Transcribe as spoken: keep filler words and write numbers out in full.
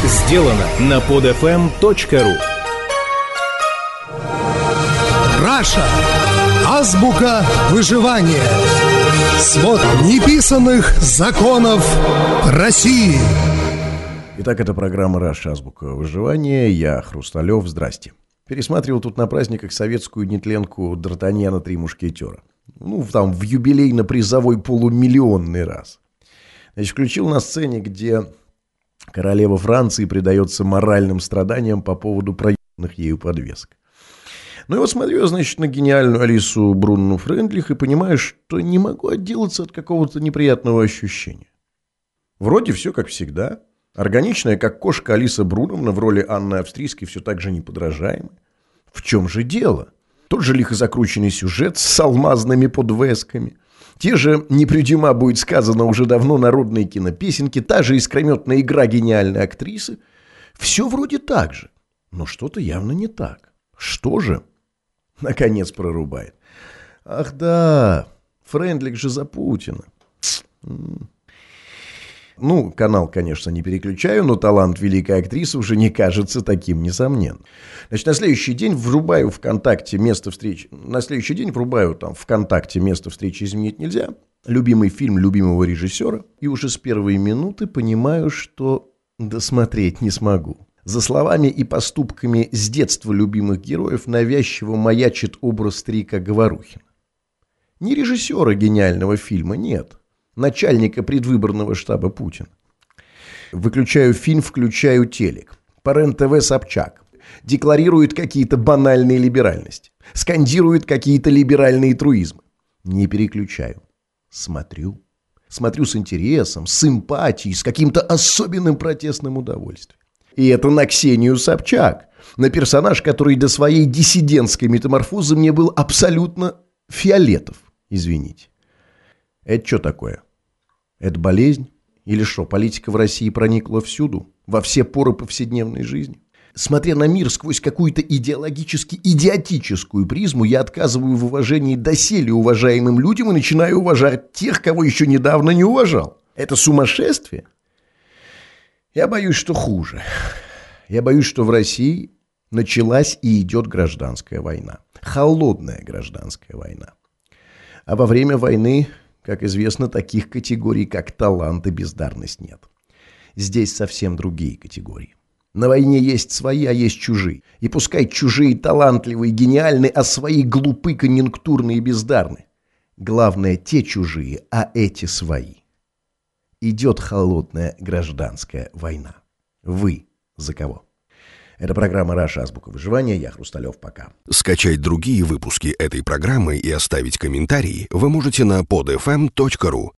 Сделано на подфм точка ру. Раша. Азбука выживания. Свод неписанных законов России. Итак, это программа «Раша. Азбука выживания». Я Хрусталев. Здрасте. Пересматривал тут на праздниках советскую нетленку «Д'Артаньяна. Три мушкетера». Ну, там в юбилейно-призовой полумиллионный раз. Значит, включил на сцене, где королева Франции предается моральным страданиям по поводу проебанных ею подвесок. Ну и вот смотрю я, значит, на гениальную Алису Брунну Фрейндлих и понимаю, что не могу отделаться от какого-то неприятного ощущения. Вроде все как всегда. Органичная, как кошка, Алиса Бруновна в роли Анны Австрийской все так же неподражаемая. В чем же дело? Тот же лихо закрученный сюжет с алмазными подвесками. Те же, непридима будет сказано, уже давно народные кинопесенки, та же искрометная игра гениальной актрисы. Все вроде так же, но что-то явно не так. Что же? Наконец прорубает. Ах да, Фрейндлих же за Путина. Ну, канал, конечно, не переключаю, но талант великой актрисы уже не кажется таким несомненным. Значит, на следующий день врубаю ВКонтакте место встречи. На следующий день врубаю там ВКонтакте место встречи изменить нельзя. Любимый фильм любимого режиссера. И уже с первой минуты понимаю, что досмотреть не смогу. За словами и поступками с детства любимых героев навязчиво маячит образ старика Говорухина. Не режиссера гениального фильма, нет. Начальника предвыборного штаба Путина. Выключаю фильм, включаю телек. По РЕН-ТВ Собчак. Декларирует какие-то банальные либеральности. Скандирует какие-то либеральные труизмы. Не переключаю. Смотрю. Смотрю с интересом, с симпатией, с каким-то особенным протестным удовольствием. И это на Ксению Собчак. На персонаж, который до своей диссидентской метаморфозы мне был абсолютно фиолетов. Извините. Это что такое? Это болезнь? Или что, политика в России проникла всюду? Во все поры повседневной жизни? Смотря на мир сквозь какую-то идеологически идиотическую призму, я отказываю в уважении доселе уважаемым людям и начинаю уважать тех, кого еще недавно не уважал. Это сумасшествие? Я боюсь, что хуже. Я боюсь, что в России началась и идет гражданская война. Холодная гражданская война. А во время войны, как известно, таких категорий, как талант и бездарность, нет. Здесь совсем другие категории. На войне есть свои, а есть чужие. И пускай чужие талантливые, гениальны, а свои глупы, конъюнктурные и бездарны. Главное, те чужие, а эти свои. Идет холодная гражданская война. Вы за кого? Это программа «Раша. Азбука выживания». Я Хрусталев. Пока. Скачать другие выпуски этой программы и оставить комментарии вы можете на подфм точка ру.